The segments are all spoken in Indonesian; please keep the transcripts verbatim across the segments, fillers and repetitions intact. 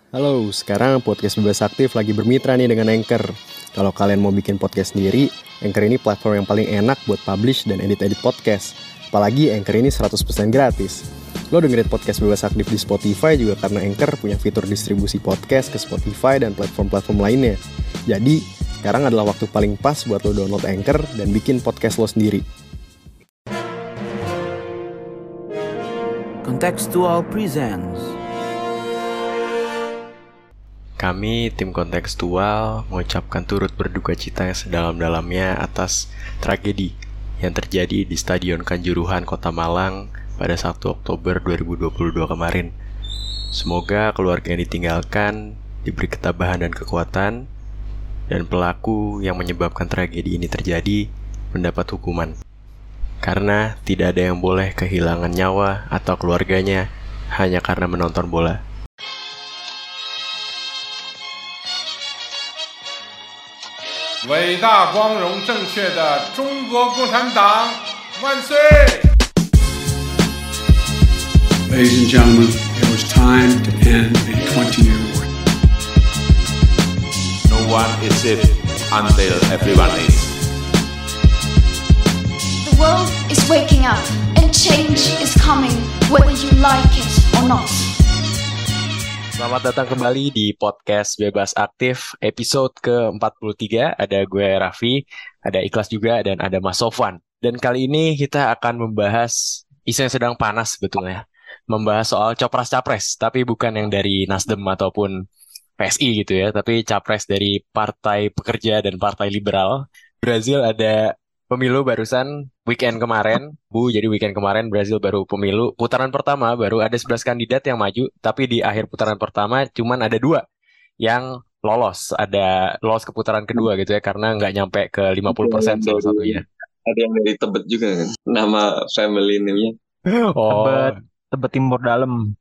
Halo, sekarang Podcast Bebas Aktif lagi bermitra nih dengan Anchor. Kalau kalian mau bikin podcast sendiri, Anchor ini platform yang paling enak buat publish dan edit-edit podcast. Apalagi Anchor ini seratus persen gratis. Lo dengerin Podcast Bebas Aktif di Spotify juga karena Anchor punya fitur distribusi podcast ke Spotify dan platform-platform lainnya. Jadi, sekarang adalah waktu paling pas buat lo download Anchor dan bikin podcast lo sendiri. Contextual Presents. Kami, tim kontekstual, mengucapkan turut berduka cita yang sedalam-dalamnya atas tragedi yang terjadi di Stadion Kanjuruhan, Kota Malang pada satu Oktober dua ribu dua puluh dua kemarin. Semoga keluarga yang ditinggalkan diberi ketabahan dan kekuatan, dan pelaku yang menyebabkan tragedi ini terjadi mendapat hukuman. Karena tidak ada yang boleh kehilangan nyawa atau keluarganya hanya karena menonton bola. 伟大、光荣、正确的中国共产党万岁 Ladies and gentlemen, it was time to end a twenty-year war. No one is safe until everyone is. The world is waking up and change is coming whether you like it or not. Selamat datang kembali di Podcast Bebas Aktif episode ke empat puluh tiga. Ada gue Raffi, ada Ikhlas juga, dan ada Mas Sofwan. Dan kali ini kita akan membahas isu yang sedang panas sebetulnya. Membahas soal capres-capres, tapi bukan yang dari Nasdem ataupun P S I gitu ya, tapi capres dari Partai Pekerja dan Partai Liberal. Brazil ada pemilu barusan weekend kemarin, Bu. Jadi weekend kemarin Brazil baru pemilu. Putaran pertama baru ada sebelas kandidat yang maju, tapi di akhir putaran pertama cuman ada dua yang lolos. Ada lolos ke putaran kedua gitu ya, karena nggak nyampe ke lima puluh persen salah satunya. Ada yang dari Tebet juga kan, nama family name-nya. Oh, Tebet, Tebet Timur Dalam.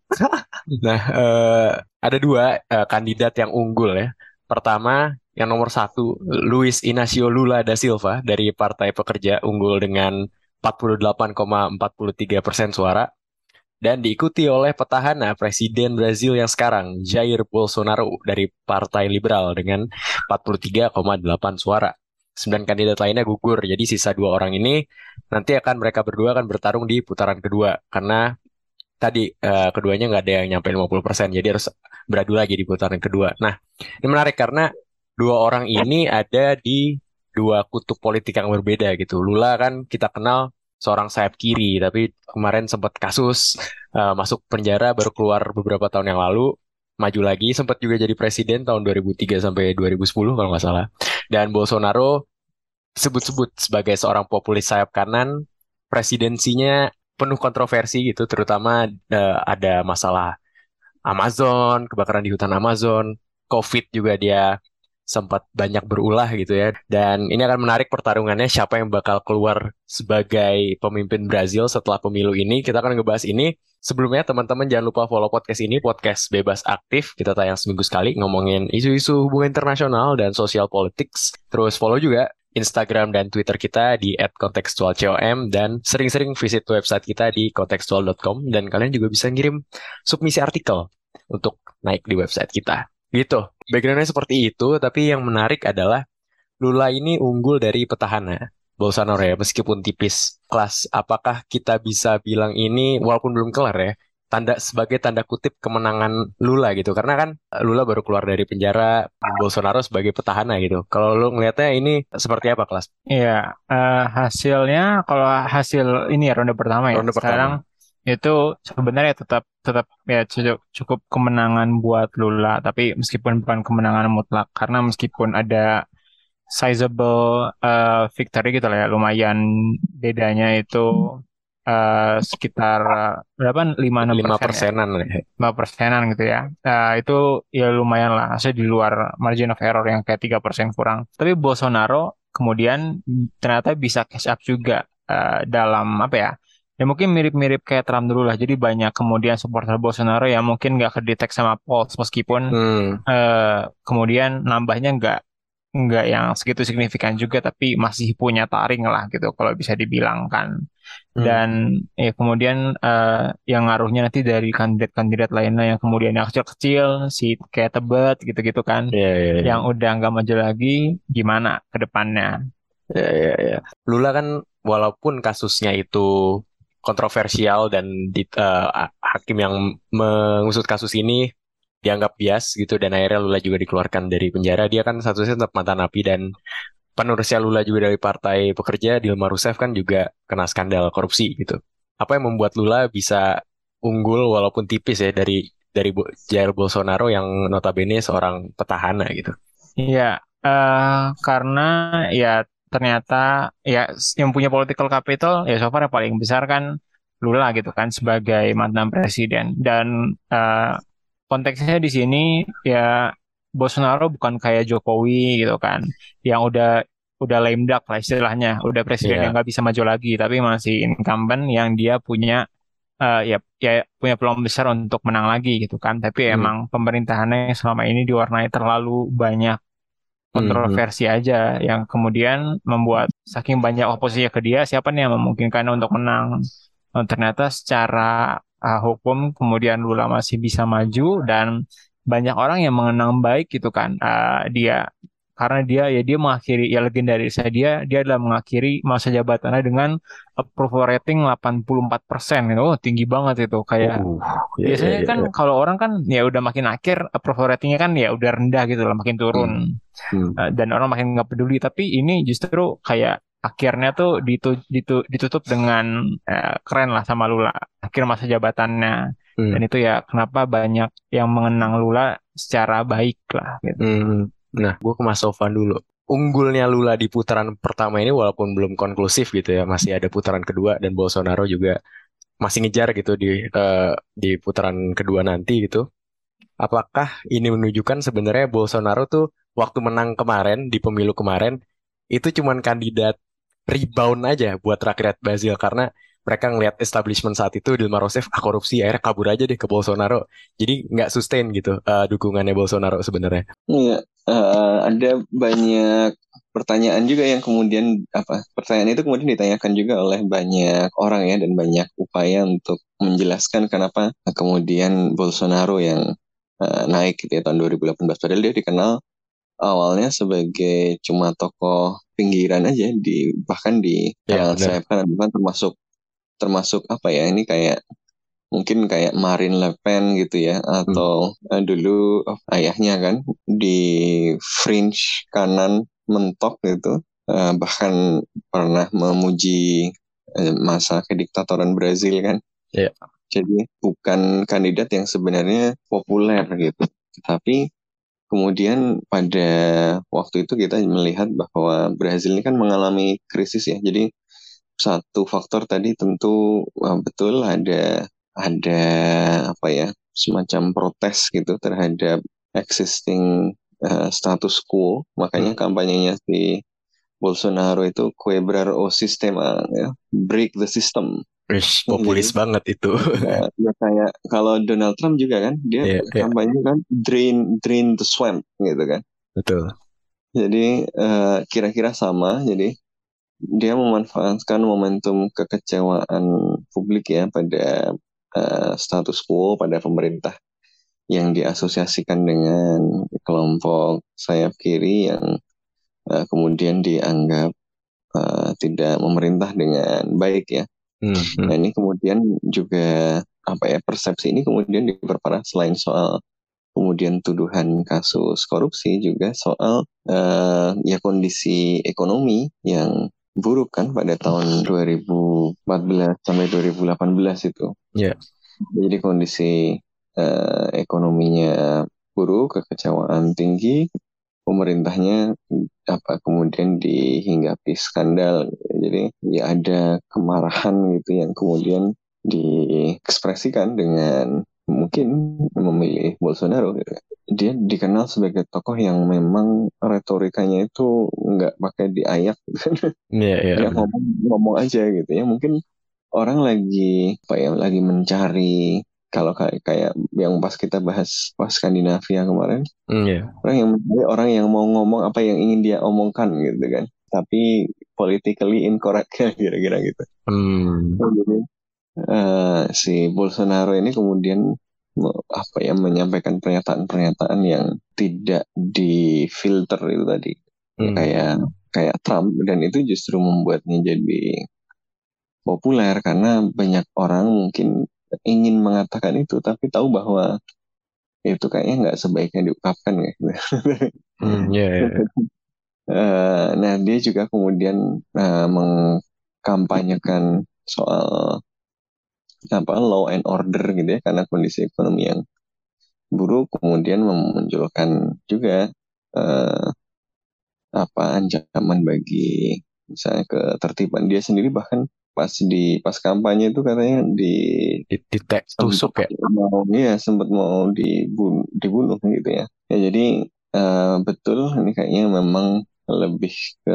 nah eh, ada dua eh, kandidat yang unggul ya. Pertama, yang nomor satu, Luiz Inácio Lula da Silva dari Partai Pekerja, unggul dengan empat puluh delapan koma empat tiga persen suara. Dan diikuti oleh petahana Presiden Brazil yang sekarang, Jair Bolsonaro dari Partai Liberal dengan empat puluh tiga koma delapan suara. Sembilan kandidat lainnya gugur, jadi sisa dua orang ini nanti akan mereka berdua akan bertarung di putaran kedua. Karena tadi eh, keduanya nggak ada yang nyampe lima puluh persen, jadi harus beradu lagi di putaran kedua. Nah, ini menarik karena dua orang ini ada di dua kutub politik yang berbeda gitu. Lula kan kita kenal seorang sayap kiri, tapi kemarin sempat kasus uh, masuk penjara, baru keluar beberapa tahun yang lalu, maju lagi, sempat juga jadi presiden tahun dua ribu tiga sampai dua ribu sepuluh kalau nggak salah. Dan Bolsonaro sebut-sebut sebagai seorang populis sayap kanan, presidensinya penuh kontroversi gitu, terutama uh, ada masalah Amazon, kebakaran di hutan Amazon, COVID juga dia sempat banyak berulah gitu ya. Dan ini akan menarik pertarungannya siapa yang bakal keluar sebagai pemimpin Brazil setelah pemilu ini. Kita akan ngebahas ini. Sebelumnya teman-teman jangan lupa follow podcast ini, Podcast Bebas Aktif. Kita tayang seminggu sekali ngomongin isu-isu hubungan internasional dan sosial politics. Terus follow juga Instagram dan Twitter kita di et contextual com, dan sering-sering visit website kita di contextual dot com, dan kalian juga bisa ngirim submisi artikel untuk naik di website kita. Gitu, backgroundnya seperti itu, tapi yang menarik adalah Lula ini unggul dari petahana Bolsonaro ya, meskipun tipis. Kelas, apakah kita bisa bilang ini, walaupun belum kelar ya, tanda sebagai tanda kutip kemenangan Lula gitu, karena kan Lula baru keluar dari penjara, Bolsonaro sebagai petahana gitu. Kalau lu ngelihatnya ini seperti apa, Kelas? Iya, eh, hasilnya kalau hasil ini ya ronde pertama ya. Ronde Sekarang pertama itu sebenarnya tetap tetap ya cukup, cukup kemenangan buat Lula, tapi meskipun bukan kemenangan mutlak, karena meskipun ada sizable uh, victory gitu lah ya, lumayan bedanya itu uh, sekitar uh, berapa lima enam lima persen persenan ya, ya. lima persenan gitu ya. Uh, itu ya lumayan lah, maksudnya di luar margin of error yang kayak tiga persen kurang. Tapi Bolsonaro kemudian ternyata bisa catch up juga uh, dalam apa ya? Ya mungkin mirip-mirip kayak Trump dulu lah. Jadi banyak kemudian supporter Bolsonaro yang mungkin nggak kedetek sama polls, meskipun Hmm. uh, kemudian nambahnya nggak nggak yang segitu signifikan juga, tapi masih punya taring lah gitu kalau bisa dibilang kan. Hmm. Dan ya kemudian eh, yang ngaruhnya nanti dari kandidat-kandidat lainnya yang kemudian yang kecil-kecil, si kayak Tebet gitu-gitu kan, Iya, iya, iya. yang udah nggak maju lagi, gimana ke depannya? Ya, ya, ya. Lula kan walaupun kasusnya itu kontroversial dan di, eh, hakim yang mengusut kasus ini dianggap bias gitu dan akhirnya Lula juga dikeluarkan dari penjara, dia kan statusnya tetap mantan napi dan penerusnya Lula juga dari Partai Pekerja, Dilma Rousseff kan juga kena skandal korupsi gitu. Apa yang membuat Lula bisa unggul walaupun tipis ya dari dari Bo- Jair Bolsonaro yang notabene seorang petahana gitu. Iya, eh karena ya ternyata ya s- yang punya political capital ya so far yang paling besar kan Lula gitu kan sebagai mantan presiden. Dan eh, konteksnya di sini ya Bolsonaro bukan kayak Jokowi gitu kan, yang udah udah lame duck lah istilahnya, udah presiden yang Iya. nggak bisa maju lagi, tapi masih incumbent yang dia punya eh, ya ya punya peluang besar untuk menang lagi gitu kan. Tapi Hmm. emang pemerintahannya yang selama ini diwarnai terlalu banyak Hmm. Hmm. kontroversi aja yang kemudian membuat saking banyak oposisinya ke dia, siapa nih yang memungkinkan untuk menang. Dan ternyata secara uh, hukum kemudian Lula masih bisa maju dan banyak orang yang mengenang baik gitu kan uh, dia, karena dia ya dia mengakhiri ya legendaris dia dia adalah mengakhiri masa jabatannya dengan approval rating delapan puluh empat persen gitu. Oh, tinggi banget itu, kayak Uh, ya, ya, biasanya ya, kan ya. kalau orang kan ya udah makin akhir approval ratingnya kan ya udah rendah gitu lah, makin turun. Hmm. Hmm. Eh, dan orang makin nggak peduli, tapi ini justru kayak akhirnya tuh ditu- ditu- ditutup dengan eh, keren lah sama Lula akhir masa jabatannya. Hmm. Dan itu ya kenapa banyak yang mengenang Lula secara baik lah gitu. Hmm. Nah, gue ke Mas Sofan dulu. Unggulnya Lula di putaran pertama ini walaupun belum konklusif gitu ya, masih ada putaran kedua dan Bolsonaro juga masih ngejar gitu di eh, di putaran kedua nanti gitu. Apakah ini menunjukkan sebenarnya Bolsonaro tuh waktu menang kemarin di pemilu kemarin itu cuman kandidat rebound aja buat rakyat Brazil karena mereka ngelihat establishment saat itu Dilma Rousseff ah, korupsi akhirnya kabur aja deh ke Bolsonaro. Jadi nggak sustain gitu eh, dukungannya Bolsonaro sebenarnya. Iya, eh, ada banyak pertanyaan juga yang kemudian apa? Pertanyaan itu kemudian ditanyakan juga oleh banyak orang ya dan banyak upaya untuk menjelaskan kenapa kemudian Bolsonaro yang eh, naik gitu ya tahun dua ribu delapan belas. Padahal dia dikenal awalnya sebagai cuma tokoh pinggiran aja di bahkan di Ya kalangan benar. sayap kanan, bukan termasuk termasuk apa ya ini kayak mungkin kayak Marine Le Pen gitu ya Hmm. atau eh, dulu oh, ayahnya kan di fringe kanan mentok gitu. Eh, bahkan pernah memuji eh, masa kediktatoran Brazil kan. Ya. Jadi bukan kandidat yang sebenarnya populer gitu, tapi kemudian pada waktu itu kita melihat bahwa Brazil ini kan mengalami krisis ya. Jadi satu faktor tadi tentu uh, betul ada ada apa ya semacam protes gitu terhadap existing uh, status quo. Makanya Hmm. kampanyenya si Bolsonaro itu quebrar o sistema ya, break the system. Ish, Jadi populis banget itu. uh, ya kayak kalau Donald Trump juga kan dia Ya, ya, kampanye kan drain drain the swamp gitu kan. betul. Jadi uh, kira-kira sama. Jadi dia memanfaatkan momentum kekecewaan publik ya pada uh, status quo, pada pemerintah yang diasosiasikan dengan kelompok sayap kiri yang uh, kemudian dianggap uh, tidak memerintah dengan baik ya. Hmm. Hmm. Nah ini kemudian juga apa ya persepsi ini kemudian diperparah selain soal kemudian tuduhan kasus korupsi juga soal uh, ya kondisi ekonomi yang buruk kan pada tahun dua ribu empat belas sampai dua ribu delapan belas itu. Ya. Jadi kondisi uh, ekonominya buruk, kekecewaan tinggi, pemerintahnya apa kemudian dihinggapi skandal. Jadi ya ada kemarahan gitu yang kemudian diekspresikan dengan mungkin memilih Bolsonaro. Dia dikenal sebagai tokoh yang memang retorikanya itu nggak pakai diayak gitu. Ya, ya, Dia benar. ngomong ngomong aja gitu ya. Mungkin orang lagi apa ya lagi mencari kalau kayak kayak yang pas kita bahas pas Skandinavia kemarin, Hmm, ya. orang yang mencari orang yang mau ngomong apa yang ingin dia omongkan gitu kan, tapi politically incorrect kira-kira gitu. Hmm. Jadi eh, si Bolsonaro ini kemudian me- apa ya menyampaikan pernyataan-pernyataan yang tidak difilter itu tadi. Ya, Hmm. kayak kayak Trump, dan itu justru membuatnya jadi populer karena banyak orang mungkin ingin mengatakan itu tapi tahu bahwa itu kayaknya nggak sebaiknya diungkapkan ya. Hmm, ya, ya, ya. Eh, nah dia juga kemudian eh, mengkampanyekan soal apa law and order gitu ya, karena kondisi ekonomi yang buruk, kemudian memunculkan juga eh, apa ancaman bagi misalnya ketertiban. Dia sendiri bahkan pas di pas kampanye itu katanya di Di, di te- sempat tusuk ya. mau ya sempat mau dibunuh, dibunuh gitu ya. Ya jadi eh, betul ini kayaknya memang lebih ke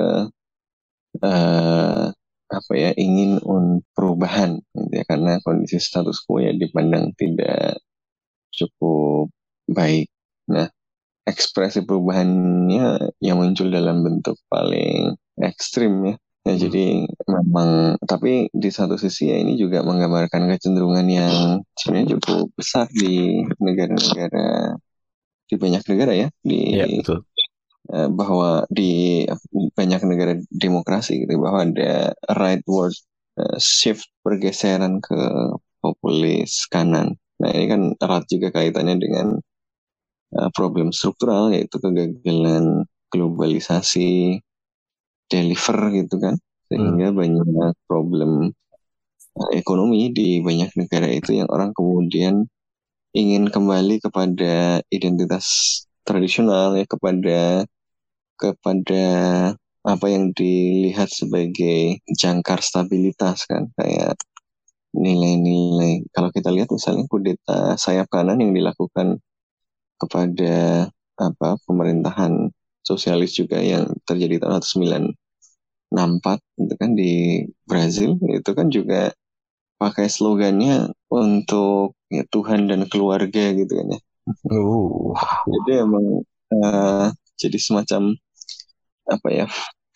eh, apa ya ingin un perubahan gitu ya, karena kondisi status quo ya dipandang tidak cukup baik. Nah, ekspresi perubahannya yang muncul dalam bentuk paling ekstrim ya. Ya, Hmm. jadi memang, tapi di satu sisi ya ini juga menggambarkan kecenderungan yang sebenarnya cukup besar di negara-negara, di banyak negara ya, di Ya, betul. eh, bahwa di banyak negara demokrasi gitu, bahwa ada rightward eh, shift, pergeseran ke populis kanan. Nah, ini kan erat juga kaitannya dengan eh, problem struktural, yaitu kegagalan globalisasi deliver gitu kan, Hmm. sehingga banyak problem eh, ekonomi di banyak negara itu yang orang kemudian ingin kembali kepada identitas tradisional ya, kepada kepada apa yang dilihat sebagai jangkar stabilitas kan, kayak nilai-nilai. Kalau kita lihat misalnya kudeta sayap kanan yang dilakukan kepada apa pemerintahan sosialis juga yang terjadi tahun seribu sembilan ratus enam puluh empat itu kan di Brazil, itu kan juga pakai slogannya untuk ya, Tuhan dan keluarga gitu kan ya. Uh. Jadi emang eh, jadi semacam apa ya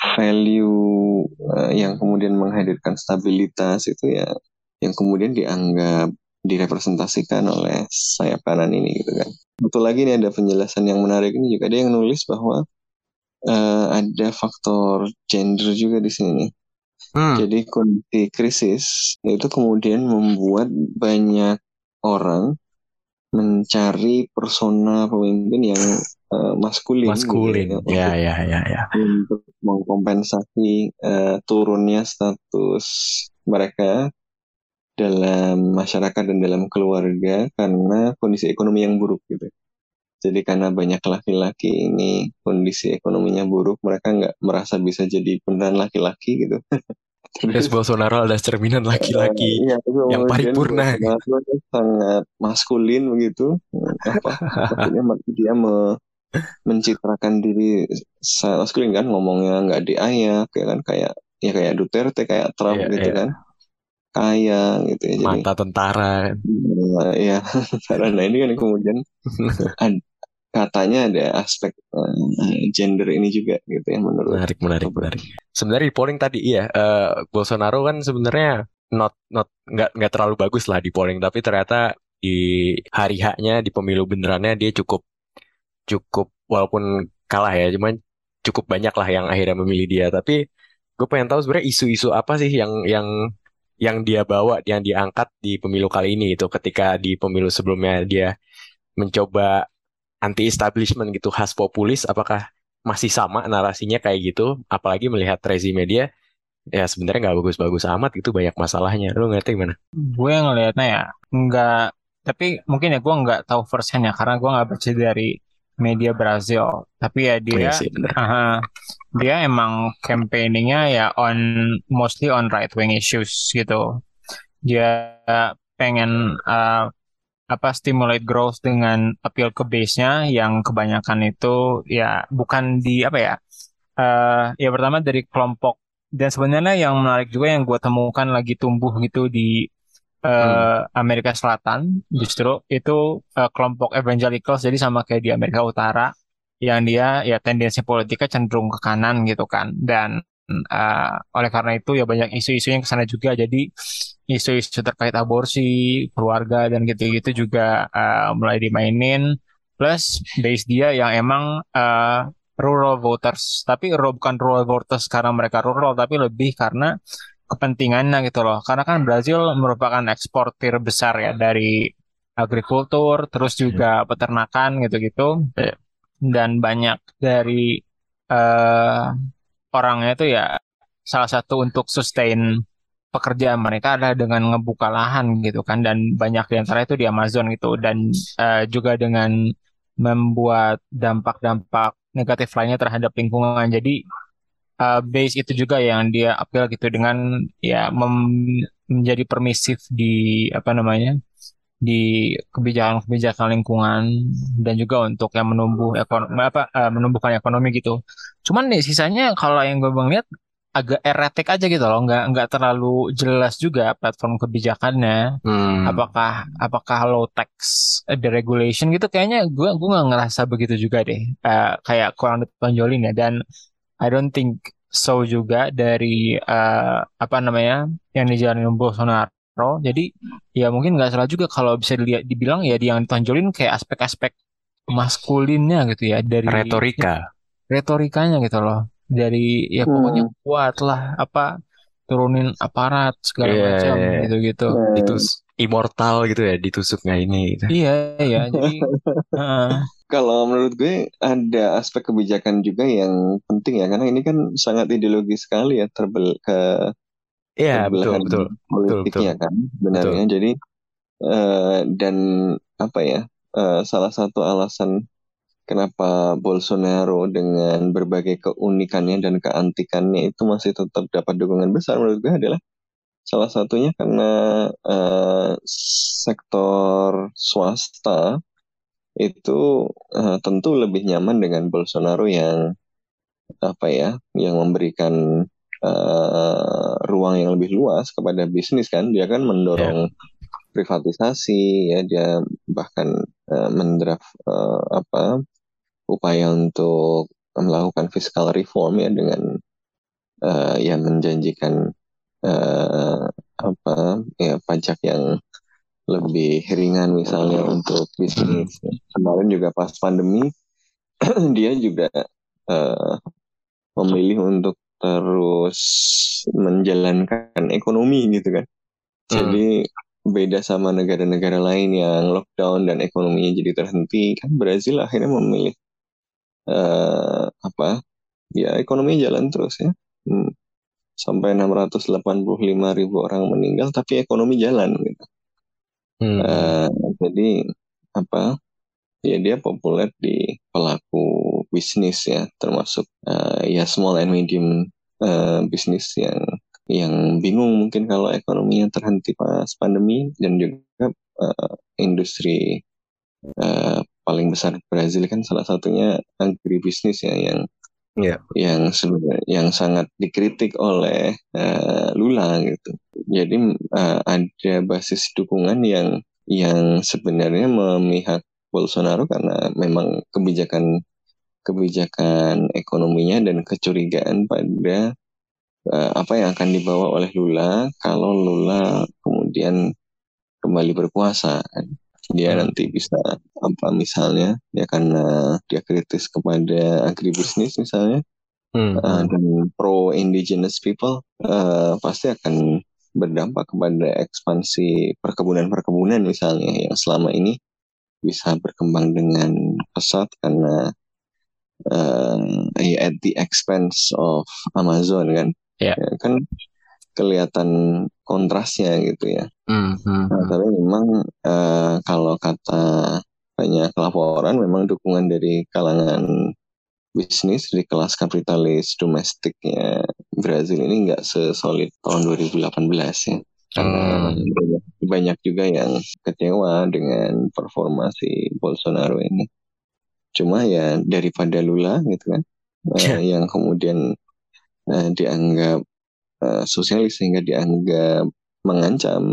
value eh, yang kemudian menghadirkan stabilitas itu ya, yang kemudian dianggap direpresentasikan oleh sayap kanan ini gitu kan. Satu lagi nih ada penjelasan yang menarik ini juga, ada yang nulis bahwa eh, ada faktor gender juga di sini nih. Hmm. Jadi kondisi krisis itu kemudian membuat banyak orang mencari persona pemimpin yang eh, maskulin, Maskulin. gitu Ya, ya, ya, ya, ya. untuk mengkompensasi eh, turunnya status mereka dalam masyarakat dan dalam keluarga karena kondisi ekonomi yang buruk gitu. Jadi karena banyak laki-laki ini kondisi ekonominya buruk, mereka nggak merasa bisa jadi beneran laki-laki gitu. Terus Terus Bolsonaro adalah cerminan eh, laki-laki ya yang kemudian paripurna. Bolsonaro itu sangat maskulin begitu. Eh, apa maksudnya dia me- mencitrakan diri sangat maskulin kan, ngomongnya nggak diayak ya kan, kayak ya kayak Duterte, kayak Trump Iya, gitu iya. kan, kaya gitu ya. Jadi Mata tentara. eh, ya karena ini kan kemudian ad- katanya ada aspek eh, gender ini juga gitu ya menurut Menarik, menarik, menarik. Sebenarnya di polling tadi iya, eh, Bolsonaro kan sebenarnya not not nggak nggak terlalu bagus lah di polling, tapi ternyata di hari haknya di pemilu benerannya dia cukup cukup walaupun kalah ya, cuman cukup banyak lah yang akhirnya memilih dia. Tapi gue pengen tahu sebenarnya isu-isu apa sih yang yang yang dia bawa, yang diangkat di pemilu kali ini itu ketika di pemilu sebelumnya dia mencoba anti establishment gitu, khas populis, apakah masih sama narasinya kayak gitu, apalagi melihat rezime dia ya sebenarnya nggak bagus-bagus amat gitu, banyak masalahnya. Lu ngerti gimana? Gue ngelihatnya ya nggak, tapi mungkin ya gue nggak tahu versinya karena gue nggak baca dari media Brazil. Tapi ya dia, Iya sih bener. aha, dia emang campaigningnya ya on mostly on right wing issues gitu. Dia pengen uh, apa stimulate growth dengan appeal ke base-nya yang kebanyakan itu ya bukan di apa ya, eh ya pertama dari kelompok, dan sebenarnya yang menarik juga yang gue temukan lagi tumbuh gitu di Hmm. eh, Amerika Selatan justru itu eh, kelompok evangelicals, jadi sama kayak di Amerika Utara yang dia ya tendensi politiknya cenderung ke kanan gitu kan. Dan eh, oleh karena itu ya banyak isu-isu yang ke sana juga. Jadi isu-isu terkait aborsi, keluarga dan gitu-gitu juga eh, mulai dimainin. Plus base dia yang emang eh, rural voters, tapi ru- bukan rural voters karena mereka rural, tapi lebih karena kepentingannya gitu loh. Karena kan Brazil merupakan eksportir besar ya dari agrikultur, terus juga peternakan gitu-gitu, Ya. dan banyak dari eh, orangnya itu ya salah satu untuk sustain pekerjaan mereka adalah dengan ngebuka lahan gitu kan, dan banyak di antara itu di Amazon gitu, dan eh, juga dengan membuat dampak-dampak negatif lainnya terhadap lingkungan. Jadi uh, base itu juga yang dia appeal gitu dengan ya mem- menjadi permisif di apa namanya di kebijakan-kebijakan lingkungan, dan juga untuk yang menumbuh ekonomi apa uh, menumbuhkan ekonomi gitu. Cuman nih sisanya kalau yang gue bang lihat agak erratik aja gitu loh, nggak nggak terlalu jelas juga platform kebijakannya. Hmm. Apakah apakah low tax eh, deregulation gitu, kayaknya gue gue nggak ngerasa begitu juga deh. Eh, kayak kurang ditonjolin ya. Dan I don't think so juga dari eh, apa namanya yang dijalanin Bolsonaro. Jadi ya mungkin nggak salah juga kalau bisa dilihat dibilang ya dia yang ditonjolin kayak aspek-aspek maskulinnya gitu ya, dari Retorika. retorikanya gitu loh. Dari ya pokoknya Hmm. kuat lah apa turunin aparat segala Iya, macam iya, iya. gitu-gitu. Nah, Ditus immortal gitu ya, ditusuk nggak ini gitu. Iya ya jadi heeh. kalau menurut gue ada aspek kebijakan juga yang penting ya, karena ini kan sangat ideologis sekali ya, terbel ke Iya, betul, terbelahan betul, betul, betul, politiknya kan betul. sebenarnya. Jadi eh, dan apa ya, eh, salah satu alasan kenapa Bolsonaro dengan berbagai keunikannya dan keantikannya itu masih tetap dapat dukungan besar menurut gue adalah salah satunya karena eh, sektor swasta itu eh, tentu lebih nyaman dengan Bolsonaro yang apa ya, yang memberikan eh, ruang yang lebih luas kepada bisnis kan. Dia kan Ya. mendorong privatisasi ya, dia bahkan eh, mendraft eh, apa upaya untuk melakukan fiscal reform ya, dengan eh, yang menjanjikan eh, apa ya, pajak yang lebih ringan misalnya untuk Hmm. bisnis. Kemarin juga pas pandemi dia juga eh, memilih untuk terus menjalankan ekonomi gitu kan. Hmm. Jadi beda sama negara-negara lain yang lockdown dan ekonominya jadi terhenti, kan Brazil akhirnya memilih eh, apa ya, ekonomi jalan terus ya. Hmm, sampai enam ratus delapan puluh lima ribu orang meninggal tapi ekonomi jalan gitu. Hmm. Eh, jadi apa ya, dia populer di pelaku bisnis ya, termasuk eh, ya small and medium eh, bisnis yang yang bingung mungkin kalau ekonominya terhenti pas pandemi. Dan juga eh, industri eh, paling besar Brazil kan salah satunya agribisnis ya, yang Ya. yang sebenarnya yang sangat dikritik oleh eh, Lula gitu. Jadi eh, ada basis dukungan yang yang sebenarnya memihak Bolsonaro karena memang kebijakan kebijakan ekonominya dan kecurigaan pada eh, apa yang akan dibawa oleh Lula kalau Lula kemudian kembali berkuasa. Dia Hmm. nanti bisa apa misalnya ya, karena dia kritis kepada agribisnis misalnya, Hmm. uh, Hmm. dan pro indigenous people, uh, pasti akan berdampak kepada ekspansi perkebunan-perkebunan misalnya yang selama ini bisa berkembang dengan pesat karena uh, at the expense of Amazon kan. Ya. Ya, kan kelihatan kontrasnya gitu ya. Hmm. Hmm. Nah, Hmm. tapi memang uh, kalau kata banyak laporan, memang dukungan dari kalangan bisnis di kelas kapitalis domestiknya Brazil ini nggak sesolid tahun dua ribu delapan belas ya, karena Hmm. banyak, banyak juga yang kecewa dengan performa si Bolsonaro ini. Cuma ya daripada Lula gitu kan, uh, yang kemudian uh, dianggap uh, sosialis sehingga dianggap mengancam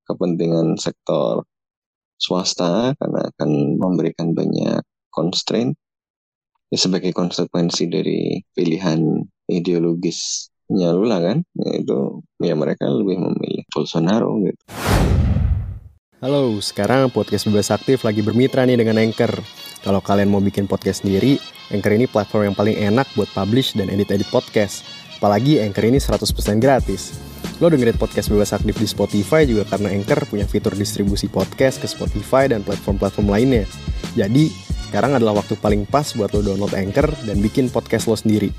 kepentingan sektor swasta karena akan memberikan banyak constraint ya, sebagai konsekuensi dari pilihan ideologisnya Lula kan, yaitu ya mereka lebih memilih Bolsonaro gitu. Halo, sekarang Podcast Bebas Aktif lagi bermitra nih dengan Anchor. Kalau kalian mau bikin podcast sendiri, Anchor ini platform yang paling enak buat publish dan edit-edit podcast. Apalagi Anchor ini seratus persen gratis. Lo dengerin Podcast Bebas Aktif di Spotify juga karena Anchor punya fitur distribusi podcast ke Spotify dan platform-platform lainnya. Jadi, sekarang adalah waktu paling pas buat lo download Anchor dan bikin podcast lo sendiri.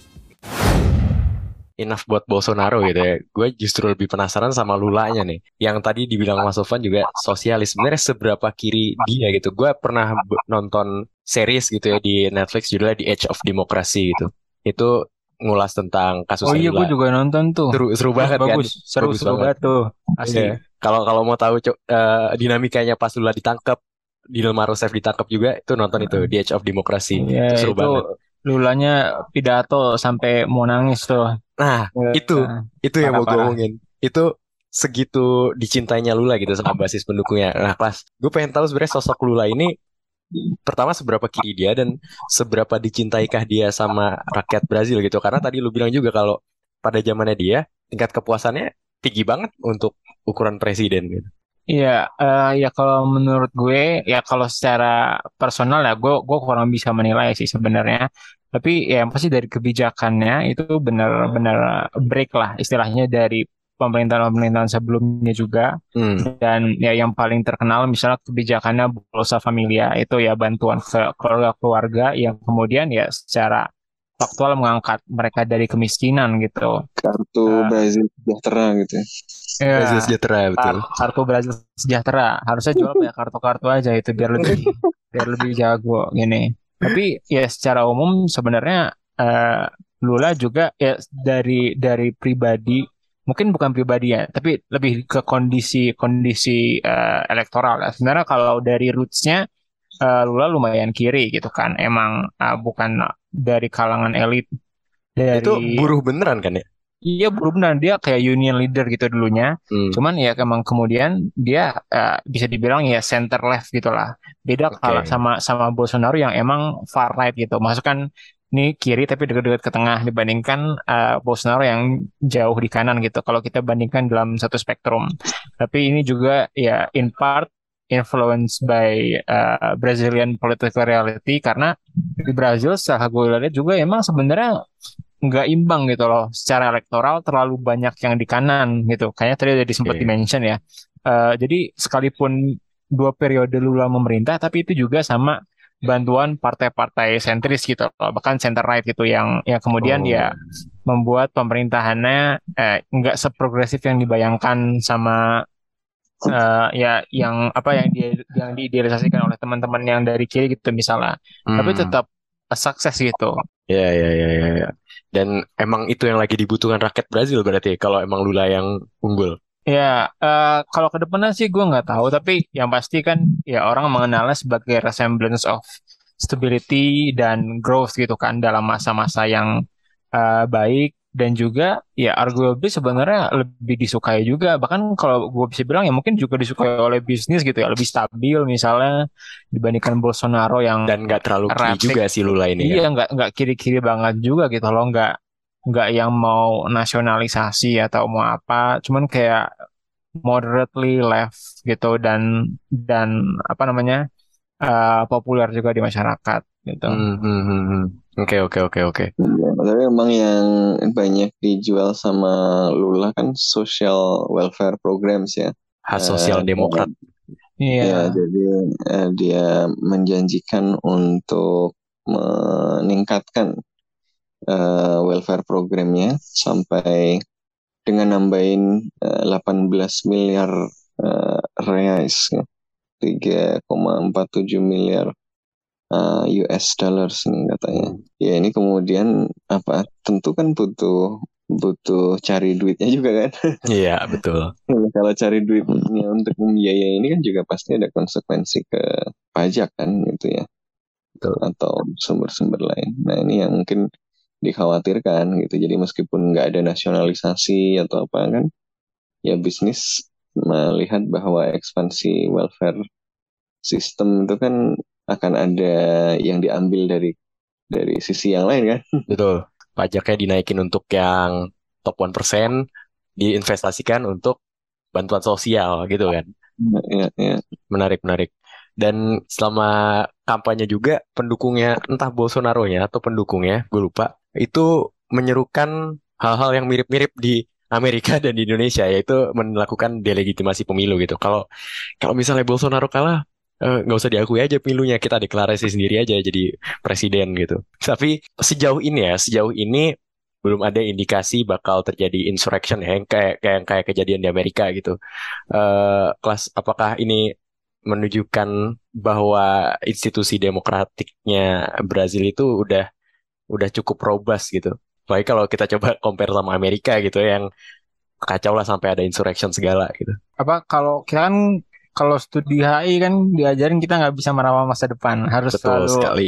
Enough buat Bolsonaro gitu ya. Gue justru lebih penasaran sama Lulanya nih. Yang tadi dibilang Mas Sofan juga sosialis. Sebenarnya seberapa kiri dia gitu. Gue pernah b- nonton series gitu ya di Netflix judulnya The Age of Democracy gitu. Itu ngulas tentang kasus Oh iya, gue Lula. juga nonton tuh. Seru, seru banget kan? Bagus, seru Bagus seru banget. banget tuh. Asli. Iya. Kalau kalau mau tahu co- eh, dinamikanya pas Lula ditangkap, Dilma Rousseff ditangkap juga, itu nonton itu The Age of Democracy. Iya, Itu seru itu banget. Lulanya pidato sampai mau nangis tuh. Nah, itu Nah, itu yang mau gue parah-parah. omongin. Itu segitu dicintainya Lula gitu sama basis pendukungnya. Nah, kelas, gue pengen tahu sebenarnya sosok Lula ini pertama seberapa kiri dia dan seberapa dicintaikah dia sama rakyat Brazil gitu. Karena tadi lu bilang juga kalau pada zamannya dia tingkat kepuasannya tinggi banget untuk ukuran presiden gitu. Iya, eh, ya kalau menurut gue, ya kalau secara personal ya, gue gue kurang bisa menilai sih sebenarnya. Tapi ya yang pasti dari kebijakannya itu benar-benar break lah, istilahnya dari pemerintahan-pemerintahan sebelumnya juga. Hmm. Dan ya yang paling terkenal misalnya kebijakannya Bolsa Familia itu ya bantuan ke keluarga-keluarga yang kemudian ya secara faktual mengangkat mereka dari kemiskinan gitu. Kartu Eh, Brazil sejahtera gitu ya. Ya, Brazil sejahtera betul. kar- kartu Brazil sejahtera harusnya jual kayak kartu-kartu aja itu biar lebih biar lebih jago gini. Tapi ya secara umum sebenarnya eh, Lula juga ya dari dari pribadi mungkin bukan pribadi ya, tapi lebih ke kondisi kondisi eh, elektoral ya. Sebenarnya kalau dari rootsnya eh, Lula lumayan kiri gitu kan, emang eh, bukan dari kalangan elit Itu dari buruh beneran kan ya? Iya benar dia kayak union leader gitu dulunya. Hmm. Cuman ya emang kemudian dia eh, bisa dibilang ya center left gitulah. Beda Oke. kalau sama sama Bolsonaro yang emang far right gitu. Maksudnya kan ini kiri tapi dekat-dekat ke tengah dibandingkan eh, Bolsonaro yang jauh di kanan gitu. Kalau kita bandingkan dalam satu spektrum. Tapi ini juga ya in part influenced by eh, Brazilian political reality karena di Brazil setelah gue lihat juga emang sebenarnya nggak imbang gitu loh secara elektoral, terlalu banyak yang di kanan gitu kayaknya tadi udah sempat Oke. di-mention ya. Eh, jadi sekalipun dua periode Lula memerintah tapi itu juga sama bantuan partai-partai sentris gitu loh, bahkan center right gitu yang yang kemudian Oh. ya membuat pemerintahannya eh, nggak seprogresif yang dibayangkan sama eh, ya yang apa yang dia yang diidealisasikan oleh teman-teman yang dari kiri gitu misalnya. Tapi Hmm. tetap sukses gitu. Ya, ya, ya, ya, ya. Dan emang itu yang lagi dibutuhkan rakyat Brazil berarti kalau emang Lula yang unggul. Ya, eh, kalau ke depannya sih gue nggak tahu, tapi yang pasti kan ya orang mengenalnya sebagai resemblance of stability dan growth gitu kan dalam masa-masa yang eh, baik dan juga ya arguably sebenarnya lebih disukai juga. Bahkan kalau gue bisa bilang ya mungkin juga disukai oleh bisnis gitu ya, lebih stabil misalnya dibandingkan Bolsonaro yang Dan nggak terlalu kiri erratic. juga sih Lula ini kan. Iya, nggak nggak kiri-kiri banget juga gitu loh, nggak nggak yang mau nasionalisasi atau mau apa, cuman kayak moderately left gitu dan dan apa namanya eh, populer juga di masyarakat gitu. Hmm, hmm, hmm, hmm. Oke, oke, oke, oke. Ya, tapi emang yang banyak dijual sama Lula kan social welfare programs ya. Khas sosial Eh, demokrat. Iya. Ya, jadi eh, dia menjanjikan untuk meningkatkan eh, welfare programnya sampai dengan nambahin eh, delapan belas miliar eh, reais, ya. tiga koma empat tujuh miliar eh, U S dollars nih katanya. Ya ini kemudian apa? Tentu kan butuh butuh cari duitnya juga kan. Iya, betul. Kalau cari duitnya untuk membiayai ini kan juga pasti ada konsekuensi ke pajak kan gitu ya. Betul. Atau sumber-sumber lain. Nah ini yang mungkin dikhawatirkan gitu. Jadi meskipun nggak ada nasionalisasi atau apa kan, ya bisnis melihat bahwa ekspansi welfare system itu kan akan ada yang diambil dari dari sisi yang lain kan. Betul. Pajaknya dinaikin untuk yang top satu persen, diinvestasikan untuk bantuan sosial gitu kan. Ya, ya. Menarik, menarik. Dan selama kampanye juga pendukungnya, entah Bolsonaro-nya atau pendukungnya, gue lupa, itu menyerukan hal-hal yang mirip-mirip di Amerika dan di Indonesia, yaitu melakukan delegitimasi pemilu gitu. Kalau kalau misalnya Bolsonaro kalah, eh, nggak usah diakui aja pemilunya, kita deklarasi sendiri aja jadi presiden gitu. Tapi sejauh ini ya, sejauh ini belum ada indikasi bakal terjadi insurrection ya, yang kayak kayak kayak kejadian di Amerika gitu. Eh, kelas apakah ini menunjukkan bahwa institusi demokratiknya Brazil itu udah udah cukup robust gitu. Baik kalau kita coba compare sama Amerika gitu yang kacau lah sampai ada insurrection segala gitu. Apa kalau kita kan kalau studi H I kan diajarin kita nggak bisa merawat masa depan, harus Betul selalu sekali.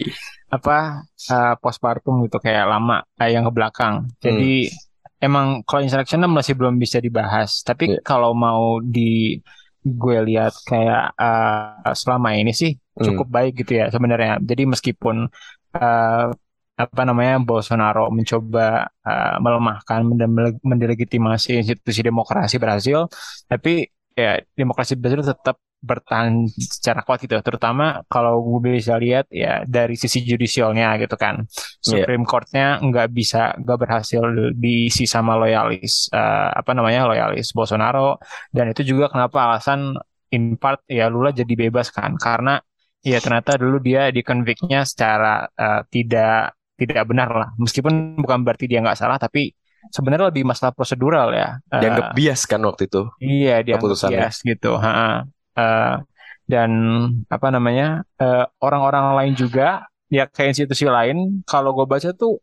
apa uh, postpartum gitu kayak lama kayak yang ke belakang. Jadi hmm. emang kalau insurrection masih belum bisa dibahas. Tapi yeah. kalau mau di gue lihat kayak uh, selama ini sih cukup hmm. baik gitu ya sebenarnya. Jadi meskipun uh, apa namanya Bolsonaro mencoba uh, melemahkan mendelegitimasi institusi demokrasi Brazil, tapi ya demokrasi Brazil tetap bertahan secara kuat gitu, terutama kalau gue bisa lihat ya dari sisi judicialnya gitu kan. Supreme yeah. Court-nya nggak bisa nggak berhasil diisi sama loyalis uh, apa namanya loyalis Bolsonaro, dan itu juga kenapa alasan in part ya Lula jadi bebas kan, karena ya ternyata dulu dia di-convict-nya secara uh, tidak tidak benar lah, meskipun bukan berarti dia nggak salah, tapi sebenarnya lebih masalah prosedural ya. Dianggap uh, bias kan waktu itu. Iya, dianggap bias gitu. Ha-ha. Uh, dan apa namanya uh, orang-orang lain juga ya kayak institusi lain, kalau gue baca tuh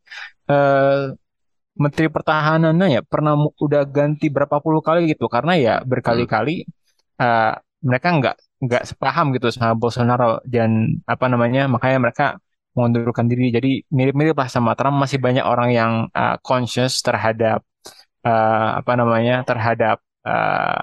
uh, Menteri Pertahanannya ya pernah udah ganti berapa puluh kali gitu, karena ya berkali-kali uh, mereka nggak nggak sepaham gitu sama Bolsonaro, dan apa namanya makanya mereka mengundurkan diri. Jadi mirip-mirip lah sama Trump, masih banyak orang yang uh, conscious terhadap uh, apa namanya terhadap uh,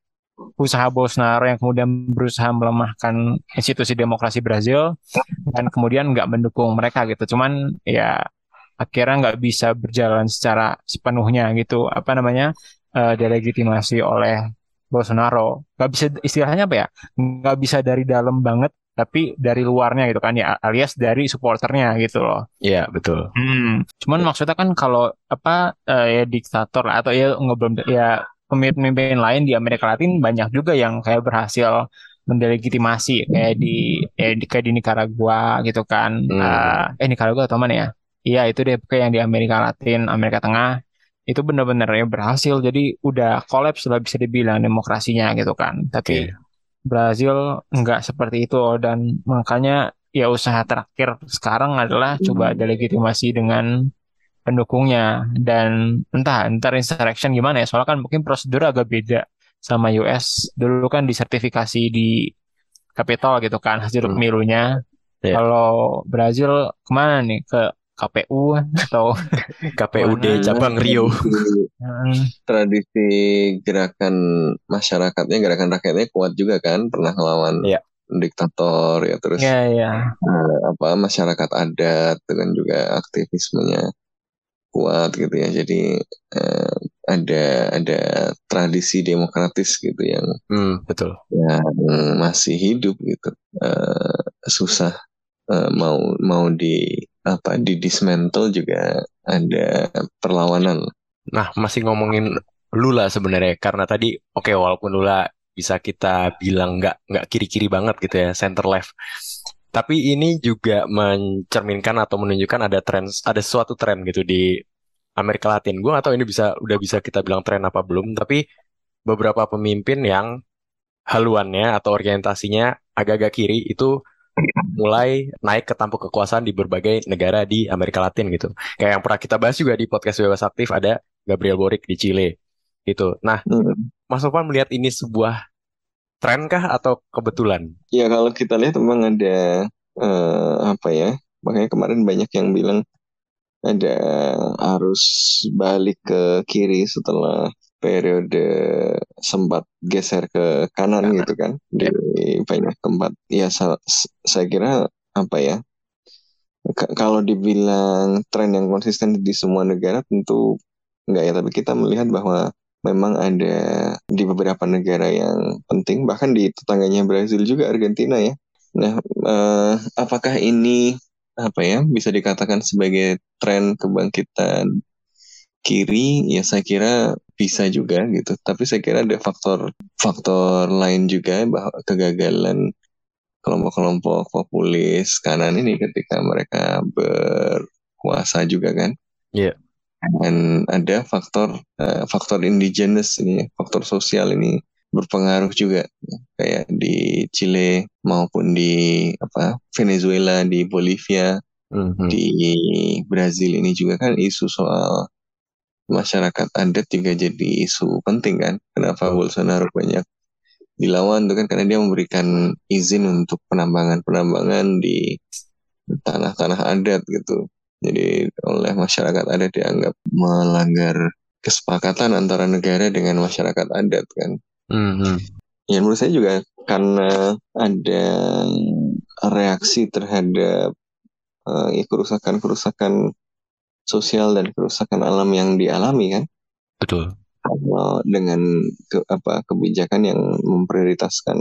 usaha Bolsonaro yang kemudian berusaha melemahkan institusi demokrasi Brazil, dan kemudian nggak mendukung mereka gitu. Cuman ya akhirnya nggak bisa berjalan secara sepenuhnya gitu, apa namanya uh, delegitimasi oleh Bolsonaro. Nggak bisa, istilahnya apa ya, nggak bisa dari dalam banget, tapi dari luarnya gitu kan ya, alias dari supporternya gitu loh. Iya, betul. Hmm. Cuman ya. Maksudnya kan kalau apa uh, ya diktator lah, atau ya nggak belum ya pemimpin-pemimpin lain di Amerika Latin banyak juga yang kayak berhasil mendelegitimasi, kayak di eh, di kayak di Nicaragua gitu kan. Hmm. Uh, eh Nicaragua atau mana ya? Iya itu deh kayak yang di Amerika Latin, Amerika Tengah. Itu benar-benar ya berhasil, jadi udah kolaps lah bisa dibilang demokrasinya gitu kan. Tapi okay. Brazil nggak seperti itu, dan makanya ya usaha terakhir sekarang adalah hmm. coba delegitimasi dengan pendukungnya, dan entah entar insurrection gimana ya, soalnya kan mungkin prosedur agak beda sama U S. Dulu kan disertifikasi di Capitol gitu kan hasil pemilunya. Hmm. Yeah. Kalau Brazil kemana nih, ke K P U atau K P U D cabang Rio? Tradisi gerakan masyarakatnya, gerakan rakyatnya kuat juga kan, pernah ngelawan yeah. diktator ya, terus yeah, yeah. Uh, apa masyarakat adat dengan juga aktivismenya kuat gitu ya. Jadi uh, ada ada tradisi demokratis gitu yang hmm, betul yang masih hidup gitu. Uh, susah uh, mau mau di apa di dismantle juga ada perlawanan. Nah, masih ngomongin Lula sebenarnya, karena tadi oke okay, walaupun Lula bisa kita bilang nggak nggak kiri-kiri banget gitu ya, center left, tapi ini juga mencerminkan atau menunjukkan ada tren, ada suatu tren gitu di Amerika Latin. Gue nggak tahu ini bisa udah bisa kita bilang tren apa belum, tapi beberapa pemimpin yang haluannya atau orientasinya agak-agak kiri itu mulai naik ke tampuk kekuasaan di berbagai negara di Amerika Latin gitu. Kayak yang pernah kita bahas juga di podcast Bebas Aktif, ada Gabriel Boric di Chile gitu. Nah, hmm. Mas Sofwan melihat ini sebuah tren kah atau kebetulan? Ya kalau kita lihat memang ada uh, apa ya, makanya kemarin banyak yang bilang ada arus balik ke kiri setelah P periode sempat geser ke kanan Kanan. gitu kan di banyak tempat. Ya sa- saya kira apa ya? K- kalau dibilang tren yang konsisten di semua negara tentu enggak ya, tapi kita melihat bahwa memang ada di beberapa negara yang penting, bahkan di tetangganya Brazil juga, Argentina ya. Nah, eh, apakah ini apa ya bisa dikatakan sebagai tren kebangkitan kiri? Ya saya kira bisa juga gitu. Tapi saya kira ada faktor faktor lain juga, bahwa kegagalan kelompok-kelompok populis kanan ini ketika mereka berkuasa juga kan. Iya. Dan ada faktor eh, faktor indigenous ini, faktor sosial ini berpengaruh juga, kayak di Chile maupun di apa Venezuela, di Bolivia, Mhm. di Brazil ini juga kan isu soal masyarakat adat juga jadi isu penting kan. Kenapa Betul. Bolsonaro banyak dilawan itu kan karena dia memberikan izin untuk penambangan-penambangan di tanah-tanah adat gitu. Jadi oleh masyarakat adat dianggap melanggar kesepakatan antara negara dengan masyarakat adat kan. Mhm. Ya menurut saya juga karena ada reaksi terhadap eh, ya, kerusakan-kerusakan sosial dan kerusakan alam yang dialami kan. Betul. Kalau dengan ke, apa kebijakan yang memprioritaskan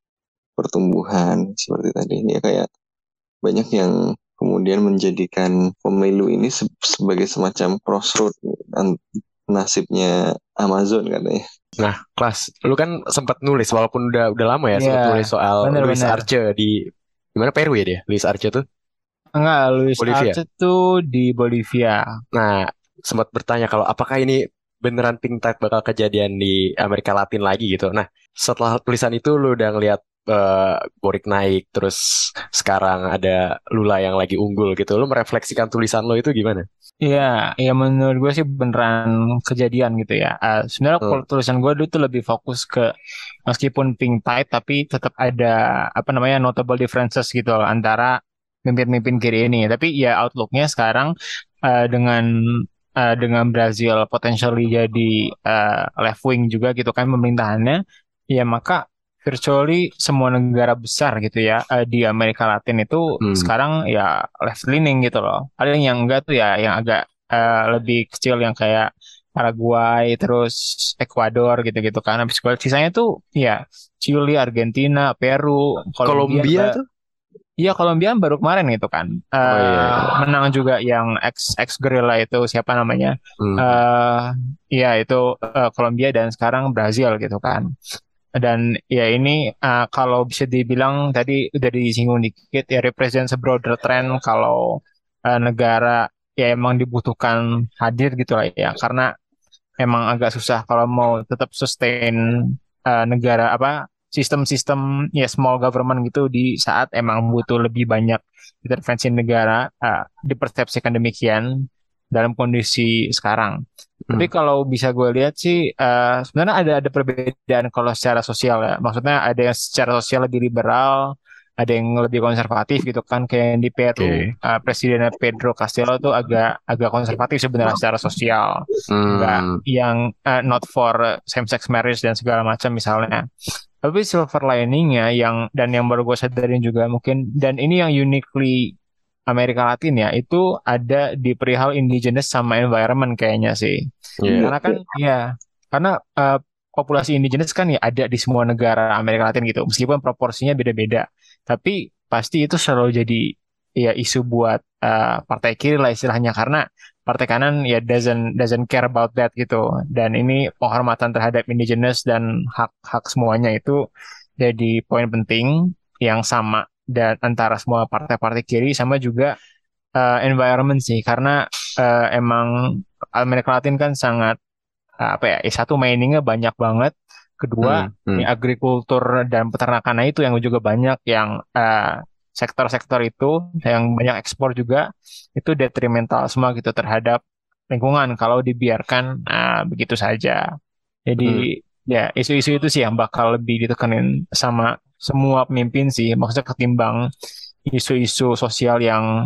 pertumbuhan seperti tadi ya, kayak banyak yang kemudian menjadikan pemilu ini se- sebagai semacam crossroad an- nasibnya Amazon katanya. Nah, Klas, lu kan sempat nulis walaupun udah udah lama ya, sempat Iya, nulis soal Luis benar-benar. Arce di gimana, Peru ya dia? Luis Arce tuh Enggak, Luis Bolivia. Arce tuh di Bolivia. Nah, sempat bertanya kalau apakah ini beneran pink tide bakal kejadian di Amerika Latin lagi gitu. Nah, setelah tulisan itu lu udah ngeliat eh, Boric naik, terus sekarang ada Lula yang lagi unggul gitu. Lu merefleksikan tulisan lo itu gimana? Iya, ya menurut gue sih beneran kejadian gitu ya. Eh, sebenarnya Hmm. kalau tulisan gue dulu tuh lebih fokus ke meskipun pink tide tapi tetap ada apa namanya notable differences gitu loh antara pemimpin-pemimpin kiri ini. Tapi ya outlooknya sekarang eh, dengan eh, dengan Brazil potentially jadi eh, left wing juga gitu kan pemerintahannya, ya maka virtually semua negara besar gitu ya eh, di Amerika Latin itu Hmm. sekarang ya left leaning gitu loh. Ada yang enggak tuh ya yang agak eh, lebih kecil yang kayak Paraguay terus Ekuador gitu-gitu kan. Habis itu sisanya tuh ya Chile, Argentina, Peru, Kolombia. Kolombia ba- tuh? Iya, Kolombia baru kemarin gitu kan. Oh iya. Eh menang juga yang ex ex gorilla itu siapa namanya? Hmm. Eh iya itu eh, Kolombia dan sekarang Brazil gitu kan. Dan ya ini eh, kalau bisa dibilang tadi udah disinggung dikit ya represent a broader trend kalau eh, negara ya emang dibutuhkan hadir gitu lah ya karena emang agak susah kalau mau tetap sustain eh, negara apa sistem-sistem ya small government gitu di saat emang butuh lebih banyak intervensi negara eh, dipersepsikan demikian dalam kondisi sekarang. Tapi Hmm. kalau bisa gue lihat sih eh, sebenarnya ada ada perbedaan kalau secara sosial ya. Maksudnya ada yang secara sosial lebih liberal, ada yang lebih konservatif gitu kan kayak yang di Peru Oke. eh, Presiden Pedro Castillo tuh agak agak konservatif sebenarnya secara sosial. Nggak Hmm. yang eh, not for same sex marriage dan segala macam misalnya. Tapi silver liningnya yang dan yang baru gue sadarin juga mungkin dan ini yang uniquely Amerika Latin ya itu ada di perihal indigenous sama environment kayaknya sih. Iya. Karena kan ya karena eh, populasi indigenous kan ya ada di semua negara Amerika Latin gitu. Meskipun proporsinya beda-beda, tapi pasti itu selalu jadi ya isu buat eh, partai kiri lah istilahnya karena partai kanan ya doesn't doesn't care about that gitu. Dan ini penghormatan terhadap indigenous dan hak-hak semuanya itu jadi poin penting yang sama dan antara semua partai-partai kiri sama juga eh, environment sih karena eh, emang Amerika Latin kan sangat eh, apa ya, eh, satu miningnya banyak banget, kedua Hmm. Hmm. ini agrikultur dan peternakannya itu yang juga banyak yang eh, sektor-sektor itu yang banyak ekspor juga itu detrimental semua gitu terhadap lingkungan kalau dibiarkan eh, begitu saja. Jadi ya isu-isu itu sih yang bakal lebih ditekanin sama semua pemimpin sih, maksudnya ketimbang isu-isu sosial yang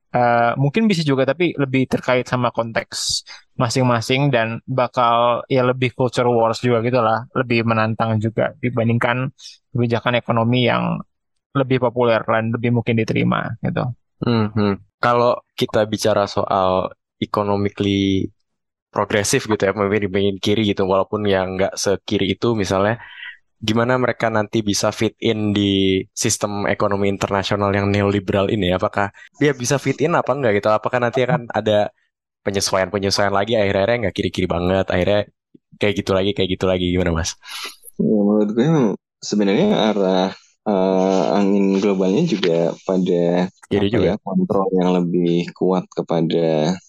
Uh, mungkin bisa juga, tapi lebih terkait sama konteks masing-masing dan bakal ya lebih culture wars juga gitu lah, lebih menantang juga dibandingkan kebijakan ekonomi yang lebih populer dan lebih mungkin diterima gitu. Hmm, hmm. Kalau kita bicara soal economically progresif gitu ya, mungkin dibandingin kiri gitu, walaupun yang nggak sekiri itu misalnya, gimana mereka nanti bisa fit in di sistem ekonomi internasional yang neoliberal ini? Apakah dia bisa fit in apa enggak gitu? Apakah nanti akan ada penyesuaian-penyesuaian lagi, akhir-akhirnya nggak kiri-kiri banget, akhirnya kayak gitu lagi, kayak gitu lagi, gimana Mas? Ya, menurut gue sebenarnya arah uh, angin globalnya juga pada Kiri apa juga. ya, kontrol yang lebih kuat kepada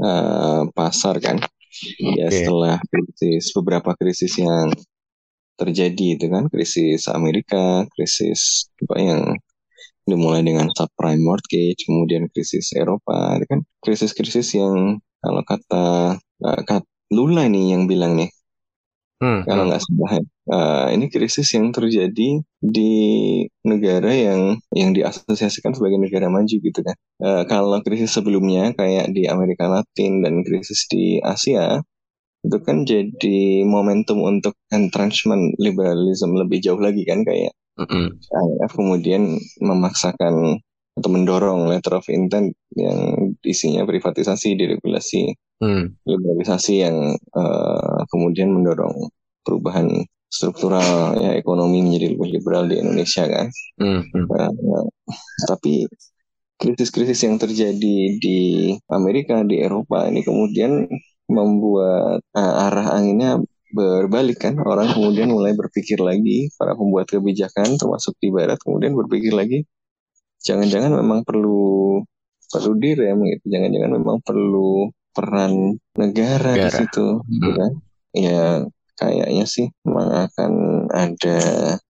uh, pasar kan. Ya Oke. setelah krisis, beberapa krisis yang terjadi itu kan, krisis Amerika, krisis apa yang dimulai dengan subprime mortgage, kemudian krisis Eropa, itu kan krisis-krisis yang kalau kata uh, kat, Lula nih yang bilang nih, Hmm, kalau hmm. nggak salah ya, uh, ini krisis yang terjadi di negara yang yang diasosiasikan sebagai negara maju gitu kan. Uh, kalau krisis sebelumnya kayak di Amerika Latin dan krisis di Asia, itu kan jadi momentum untuk entrenchment liberalism lebih jauh lagi kan, kayak Mm-mm. I M F kemudian memaksakan atau mendorong letter of intent yang isinya privatisasi, deregulasi, Hmm. liberalisasi yang uh, kemudian mendorong perubahan struktural ya ekonomi menjadi lebih liberal di Indonesia kan. Hmm, hmm. Uh, tapi krisis-krisis yang terjadi di Amerika, di Eropa ini kemudian membuat uh, arah anginnya berbalik kan. Orang kemudian mulai berpikir lagi, para pembuat kebijakan termasuk di barat kemudian berpikir lagi, jangan-jangan memang perlu perlu direm gitu, jangan-jangan memang perlu peran negara, negara. di situ gitu kan. Ya kayaknya sih memang akan ada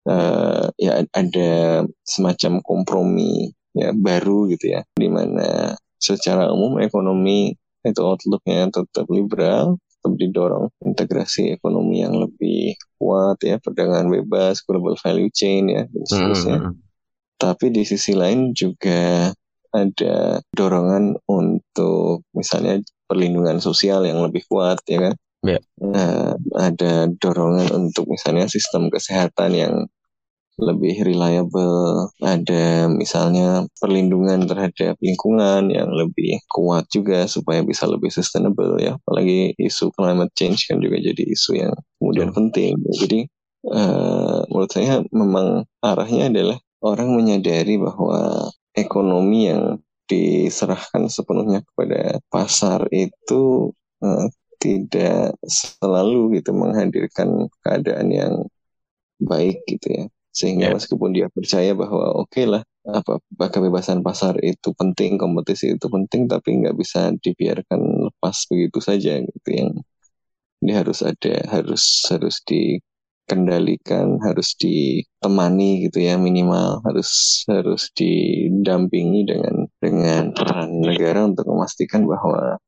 uh, ya ada semacam kompromi ya baru gitu ya, di mana secara umum ekonomi itu outlooknya tetap liberal, tetap didorong integrasi ekonomi yang lebih kuat ya, perdagangan bebas, global value chain ya, dan seterusnya. Mm-hmm. Tapi di sisi lain juga ada dorongan untuk misalnya perlindungan sosial yang lebih kuat ya kan. Yeah. Nah, ada dorongan untuk misalnya sistem kesehatan yang lebih reliable, ada misalnya perlindungan terhadap lingkungan yang lebih kuat juga supaya bisa lebih sustainable ya. Apalagi isu climate change kan juga jadi isu yang kemudian yeah. penting. Jadi uh, menurut saya memang arahnya adalah orang menyadari bahwa ekonomi yang diserahkan sepenuhnya kepada pasar itu uh, tidak selalu gitu menghadirkan keadaan yang baik gitu ya. Sehingga yeah. meskipun dia percaya bahwa oke okay lah, apa kebebasan pasar itu penting, kompetisi itu penting, tapi nggak bisa dibiarkan lepas begitu saja gitu. Yang dia harus ada, harus harus dikendalikan, harus ditemani gitu ya, minimal harus harus didampingi dengan dengan peran negara untuk memastikan bahwa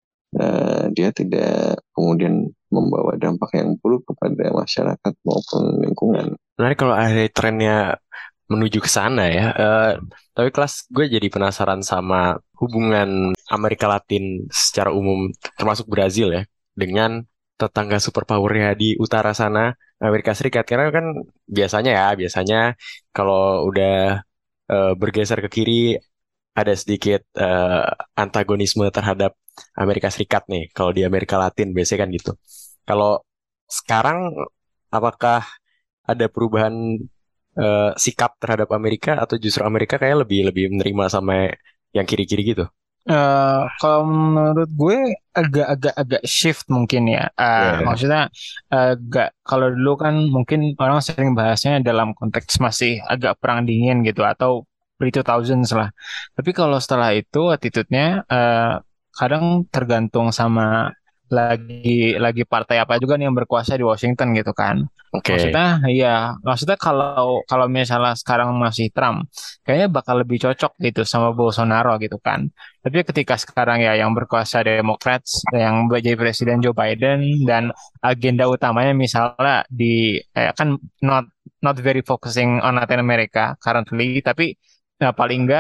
uh, dia tidak kemudian membawa dampak yang buruk kepada masyarakat maupun lingkungan. Menarik kalau ada trennya menuju ke sana ya. Uh, tapi kelas gue jadi penasaran sama hubungan Amerika Latin secara umum, termasuk Brazil ya, dengan tetangga superpowernya di utara sana, Amerika Serikat. Karena kan biasanya ya, biasanya kalau udah uh, bergeser ke kiri, ada sedikit uh, antagonisme terhadap Amerika Serikat nih. Kalau di Amerika Latin biasanya kan gitu. Kalau sekarang apakah ada perubahan uh, sikap terhadap Amerika atau justru Amerika kayak lebih lebih menerima sama yang kiri-kiri gitu? Uh, kalau menurut gue agak-agak agak shift mungkin ya. Uh, yeah. Maksudnya agak kalau dulu kan mungkin orang sering bahasnya dalam konteks masih agak perang dingin gitu atau pre two thousands lah. Tapi kalau setelah itu attitude-nya uh, kadang tergantung sama lagi lagi partai apa juga nih yang berkuasa di Washington gitu kan. Okay. Maksudnya iya, maksudnya kalau kalau misalnya sekarang masih Trump, kayaknya bakal lebih cocok gitu sama Bolsonaro gitu kan. Tapi ketika sekarang ya yang berkuasa Democrats, yang jadi presiden Joe Biden dan agenda utamanya misalnya di eh, kan not not very focusing on Latin America currently, tapi nah, paling enggak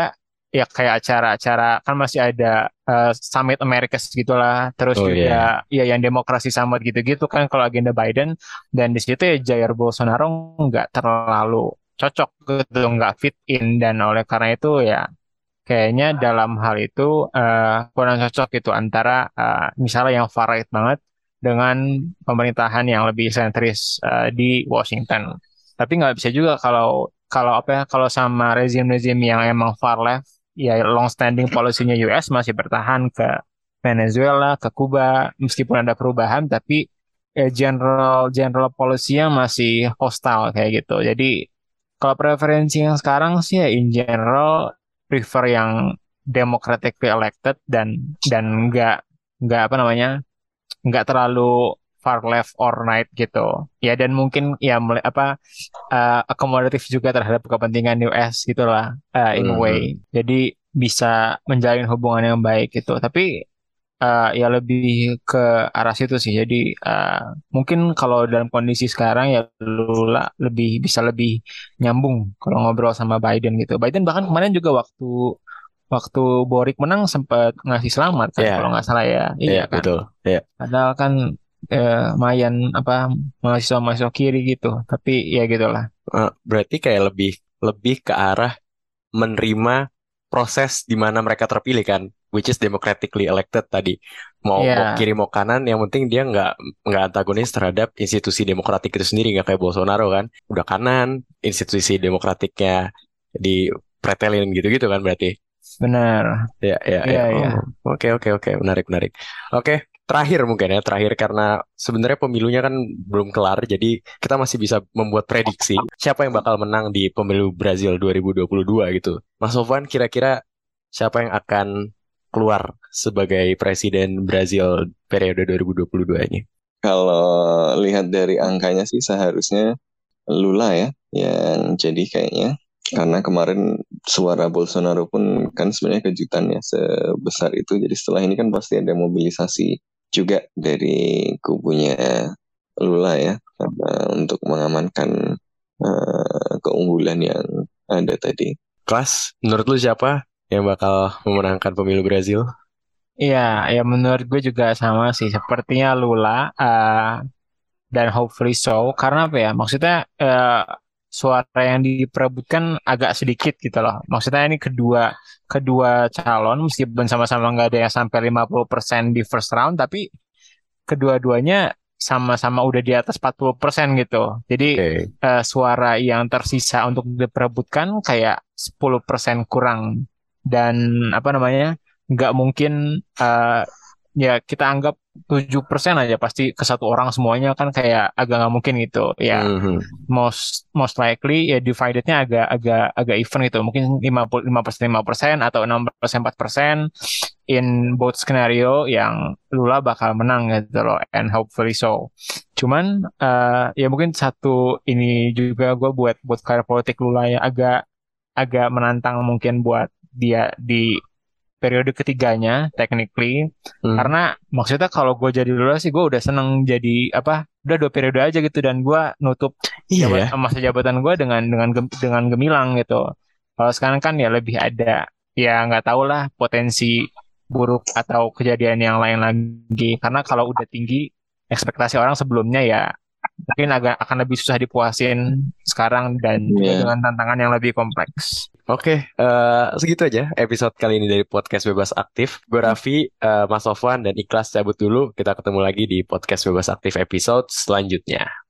ya kayak acara-acara kan masih ada eh, Summit Americas gitulah, terus Oh iya. juga ya yang demokrasi summit gitu-gitu kan kalau agenda Biden, dan di situ ya Jair Bolsonaro nggak terlalu cocok gitu, nggak fit in, dan oleh karena itu ya kayaknya dalam hal itu eh, kurang cocok gitu antara eh, misalnya yang far right banget dengan pemerintahan yang lebih sentris eh, di Washington. Tapi nggak bisa juga kalau kalau apa ya kalau sama rezim-rezim yang emang far left, ya long standing policy-nya U S masih bertahan ke Venezuela, ke Kuba, meskipun ada perubahan, tapi eh, general general policy-nya masih hostile kayak gitu. Jadi kalau preferensi yang sekarang sih ya in general prefer yang democratically elected dan dan nggak nggak apa namanya nggak terlalu far left or right gitu ya, dan mungkin ya mulai apa uh, akomodatif juga terhadap kepentingan U S gitulah uh, in a way, Mhm. jadi bisa menjalin hubungan yang baik gitu, tapi uh, ya lebih ke arah situ sih. Jadi uh, mungkin kalau dalam kondisi sekarang ya Lula lebih bisa lebih nyambung kalau ngobrol sama Biden gitu. Biden bahkan kemarin juga waktu waktu Boric menang sempat ngasih selamat kan kalau Ya, nggak salah ya. ya Iya kan. betul. Ya. Padahal kan eh, lumayan apa mahasiswa-mahasiswa kiri gitu. Tapi ya gitulah. Eh, berarti kayak lebih lebih ke arah menerima proses di mana mereka terpilih kan, which is democratically elected tadi. Mau mau Iya, kiri mau kanan, yang penting dia nggak nggak antagonis terhadap institusi demokratik itu sendiri, nggak kayak Bolsonaro kan, udah kanan, institusi demokratiknya dipretelin gitu-gitu kan berarti. benar. Ya, ya, ya. Iya, iya. Oh, oke, oke, oke. Menarik, menarik. Oke, terakhir mungkin ya, terakhir karena sebenarnya pemilunya kan belum kelar, jadi kita masih bisa membuat prediksi siapa yang bakal menang di pemilu Brazil dua ribu dua puluh dua gitu. Mas Sofwan, kira-kira siapa yang akan keluar sebagai presiden Brazil periode dua ribu dua puluh dua ini? Kalau lihat dari angkanya sih seharusnya Lula ya yang jadi kayaknya. Karena kemarin suara Bolsonaro pun kan sebenarnya kejutan ya sebesar itu. Jadi setelah ini kan pasti ada mobilisasi juga dari kubunya Lula ya eh, untuk mengamankan eh, keunggulan yang ada tadi. Kelas, menurut lu siapa yang bakal memenangkan pemilu Brazil? Iya, ya menurut gue juga sama sih. Sepertinya Lula eh, dan hopefully so. Karena apa ya? Maksudnya eh, suara yang diperebutkan agak sedikit gitu loh. Maksudnya ini kedua kedua calon meskipun sama-sama nggak ada yang sampai lima puluh persen di first round, tapi kedua-duanya sama-sama udah di atas empat puluh persen gitu. Jadi Oke. eh, suara yang tersisa untuk diperebutkan kayak sepuluh persen kurang. Dan apa namanya, nggak mungkin eh, ya kita anggap tujuh persen aja pasti ke satu orang semuanya kan kayak agak nggak mungkin gitu. Ya Mhm. most most likely ya dividednya agak agak agak even gitu. Mungkin lima puluh lima persen lima persen atau enam persen empat persen in both scenario yang Lula bakal menang gitu loh, and hopefully so. Cuman eh, ya mungkin satu ini juga gue buat buat karir politik Lula ya agak agak menantang mungkin buat dia di periode ketiganya technically, Hmm. karena maksudnya kalau gue jadi Lula sih gue udah seneng jadi apa udah dua periode aja gitu, dan gue nutup Iya jabat, ya. masa jabatan gue dengan dengan gem- dengan gemilang gitu. Kalau sekarang kan ya lebih ada ya nggak tahu lah potensi buruk atau kejadian yang lain lagi, karena kalau udah tinggi ekspektasi orang sebelumnya ya mungkin agak akan lebih susah dipuasin sekarang, dan juga Iya. dengan tantangan yang lebih kompleks. Oke, eh, segitu aja episode kali ini dari Podcast Bebas Aktif. Gue Raffi, eh, Mas Sofwan, dan Ikhlas cabut dulu. Kita ketemu lagi di Podcast Bebas Aktif episode selanjutnya.